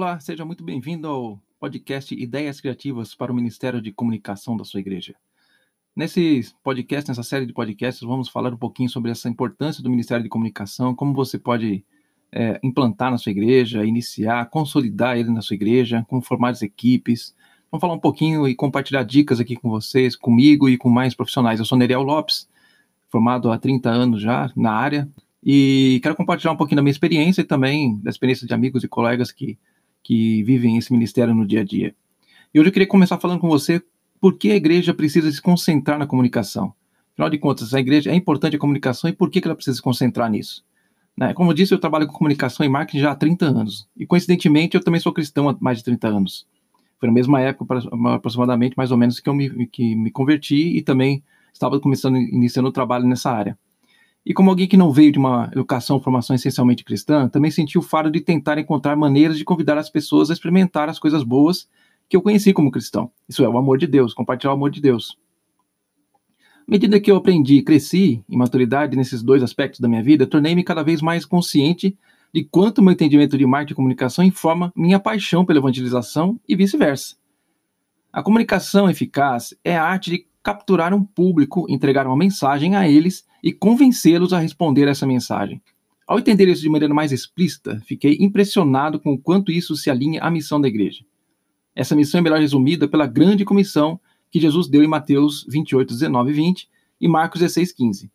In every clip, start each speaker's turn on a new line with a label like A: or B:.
A: Olá, seja muito bem-vindo ao podcast Ideias Criativas para o Ministério de Comunicação da sua igreja. Nessa série de podcasts, vamos falar um pouquinho sobre essa importância do Ministério de Comunicação, como você pode implantar na sua igreja, iniciar, consolidar ele na sua igreja, como formar as equipes. Vamos falar um pouquinho e compartilhar dicas aqui com vocês, comigo e com mais profissionais. Eu sou Neriel Lopes, formado há 30 anos já na área, e quero compartilhar um pouquinho da minha experiência e também da experiência de amigos e colegas que vivem esse ministério no dia a dia. E hoje eu queria começar falando com você por que a igreja precisa se concentrar na comunicação. Afinal de contas, a igreja é importante a comunicação e por que ela precisa se concentrar nisso? Como eu disse, eu trabalho com comunicação e marketing já há 30 anos. E coincidentemente, eu também sou cristão há mais de 30 anos. Foi na mesma época, aproximadamente, mais ou menos, que eu me converti e também estava iniciando o trabalho nessa área. E como alguém que não veio de uma formação essencialmente cristã, também senti o fardo de tentar encontrar maneiras de convidar as pessoas a experimentar as coisas boas que eu conheci como cristão. Isso é, o amor de Deus, compartilhar o amor de Deus. À medida que eu aprendi e cresci em maturidade nesses dois aspectos da minha vida, tornei-me cada vez mais consciente de quanto meu entendimento de marketing e comunicação informa minha paixão pela evangelização e vice-versa. A comunicação eficaz é a arte de capturar um público, entregar uma mensagem a eles e convencê-los a responder a essa mensagem. Ao entender isso de maneira mais explícita, fiquei impressionado com o quanto isso se alinha à missão da igreja. Essa missão é melhor resumida pela grande comissão que Jesus deu em Mateus 28, 19 e 20 e Marcos 16, 15.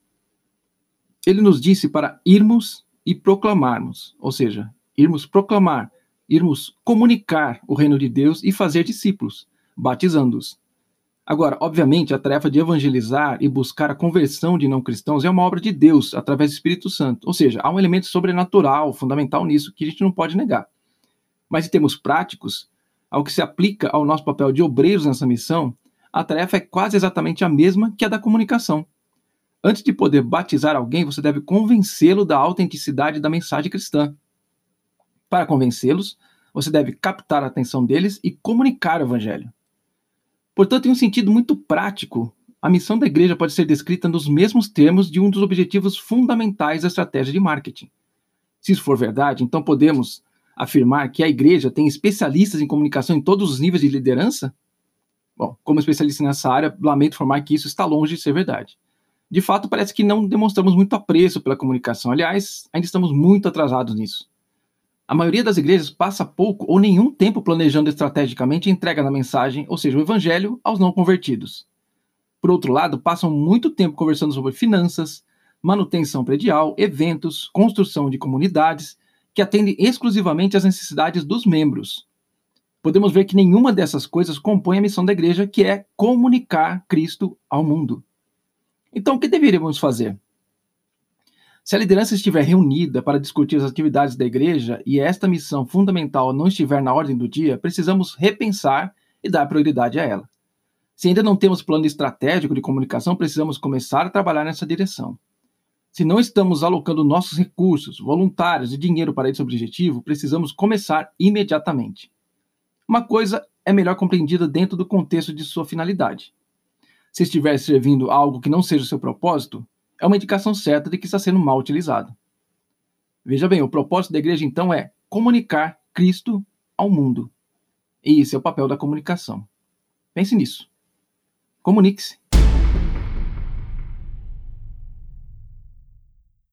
A: Ele nos disse para irmos e proclamarmos, ou seja, irmos proclamar, irmos comunicar o reino de Deus e fazer discípulos, batizando-os. Agora, obviamente, a tarefa de evangelizar e buscar a conversão de não cristãos é uma obra de Deus, através do Espírito Santo. Ou seja, há um elemento sobrenatural, fundamental nisso, que a gente não pode negar. Mas em termos práticos, ao que se aplica ao nosso papel de obreiros nessa missão, a tarefa é quase exatamente a mesma que a da comunicação. Antes de poder batizar alguém, você deve convencê-lo da autenticidade da mensagem cristã. Para convencê-los, você deve captar a atenção deles e comunicar o evangelho. Portanto, em um sentido muito prático, a missão da igreja pode ser descrita nos mesmos termos de um dos objetivos fundamentais da estratégia de marketing. Se isso for verdade, então podemos afirmar que a igreja tem especialistas em comunicação em todos os níveis de liderança? Bom, como especialista nessa área, lamento informar que isso está longe de ser verdade. De fato, parece que não demonstramos muito apreço pela comunicação. Aliás, ainda estamos muito atrasados nisso. A maioria das igrejas passa pouco ou nenhum tempo planejando estrategicamente a entrega da mensagem, ou seja, o evangelho, aos não convertidos. Por outro lado, passam muito tempo conversando sobre finanças, manutenção predial, eventos, construção de comunidades, que atendem exclusivamente às necessidades dos membros. Podemos ver que nenhuma dessas coisas compõe a missão da igreja, que é comunicar Cristo ao mundo. Então, o que deveríamos fazer? Se a liderança estiver reunida para discutir as atividades da igreja e esta missão fundamental não estiver na ordem do dia, precisamos repensar e dar prioridade a ela. Se ainda não temos plano estratégico de comunicação, precisamos começar a trabalhar nessa direção. Se não estamos alocando nossos recursos, voluntários e dinheiro para esse objetivo, precisamos começar imediatamente. Uma coisa é melhor compreendida dentro do contexto de sua finalidade. Se estiver servindo a algo que não seja o seu propósito, é uma indicação certa de que está sendo mal utilizado. Veja bem, o propósito da igreja, então, é comunicar Cristo ao mundo. E esse é o papel da comunicação. Pense nisso. Comunique-se.